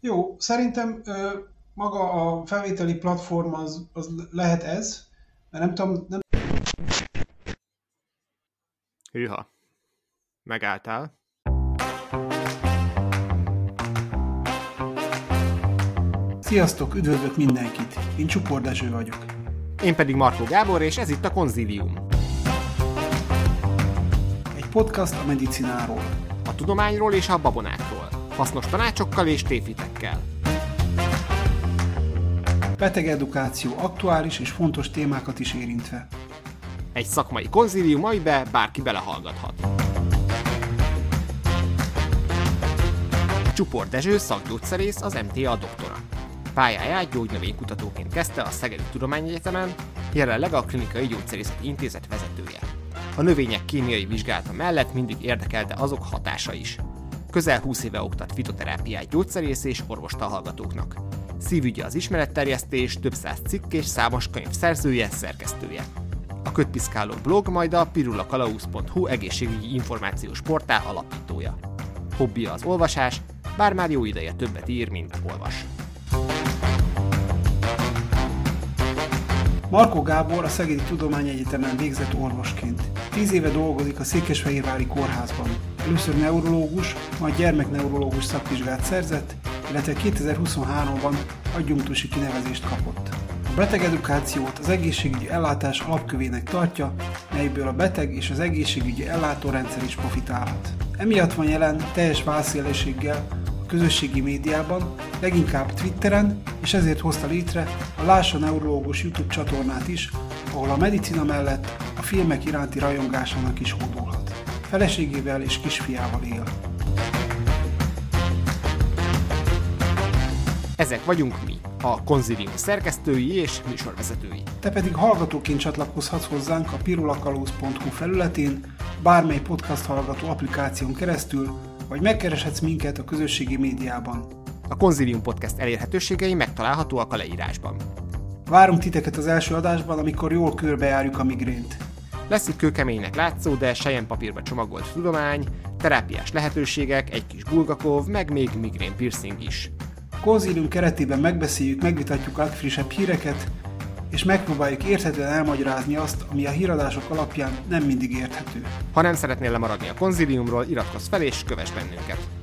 Jó, szerintem maga a felvételi platform az lehet ez, mert nem tudom, nem... Hűha. Megálltál. Sziasztok, üdvözlök mindenkit! Én Csupor Dezső vagyok. Én pedig Markó Gábor, és ez itt a Konzílium. Egy podcast a medicináról. A tudományról és a babonákról. Hasznos tanácsokkal és tévhitekkel. Betegedukáció aktuális és fontos témákat is érintve. Egy szakmai konzílium, amiben bárki belehallgathat. Csupor Dezső szakgyógyszerész, az MTA doktora. Pályáját gyógynövénykutatóként kezdte a Szegedi Tudományegyetemen, jelenleg a Klinikai Gyógyszerészeti Intézet vezetője. A növények kémiai vizsgálata mellett mindig érdekelte azok hatása is. Közel 20 éve oktat fitoterápiát gyógyszerész és orvostalhallgatóknak. Szívügye az ismeretterjesztés, több száz cikk és számos könyv szerzője, szerkesztője. A Kötpiszkáló blog, majd a pirulakalauz.hu egészségügyi információs portál alapítója. Hobbija az olvasás, bár már jó ideje többet ír, mint olvas. Markó Gábor a Szegedi Tudományegyetemen végzett orvosként. 10 éve dolgozik a Székesfehérvári kórházban. Először neurológus, majd gyermekneurológus szakvizsgát szerzett, illetve 2023-ban adjunktusi kinevezést kapott. A betegedukációt az egészségügyi ellátás alapkövének tartja, melyből a beteg és az egészségügyi ellátórendszer is profitálhat. Emiatt van jelen teljes válszélességgel a közösségi médiában, leginkább Twitteren, és ezért hozta létre a Lássa Neurológus YouTube csatornát is, ahol a medicina mellett a filmek iránti rajongásának is hódolhat. Feleségével és kisfiával él. Ezek vagyunk mi, a Konzílium szerkesztői és műsorvezetői. Te pedig hallgatóként csatlakozhatsz hozzánk a pirulakalauz.hu felületén, bármely podcast hallgató applikáción keresztül, vagy megkereshetsz minket a közösségi médiában. A Konzílium podcast elérhetőségei megtalálhatóak a leírásban. Várunk titeket az első adásban, amikor jól körbejárjuk a migrént. Lesz itt kőkeménynek látszó, de selyempapírba csomagolt tudomány, terápiás lehetőségek, egy kis bulgakov, meg még migrén piercing is. A Konzílium keretében megbeszéljük, megvitatjuk a legfrissebb híreket, és megpróbáljuk érthetően elmagyarázni azt, ami a híradások alapján nem mindig érthető. Ha nem szeretnél lemaradni a Konzíliumról, iratkozz fel és kövess bennünket!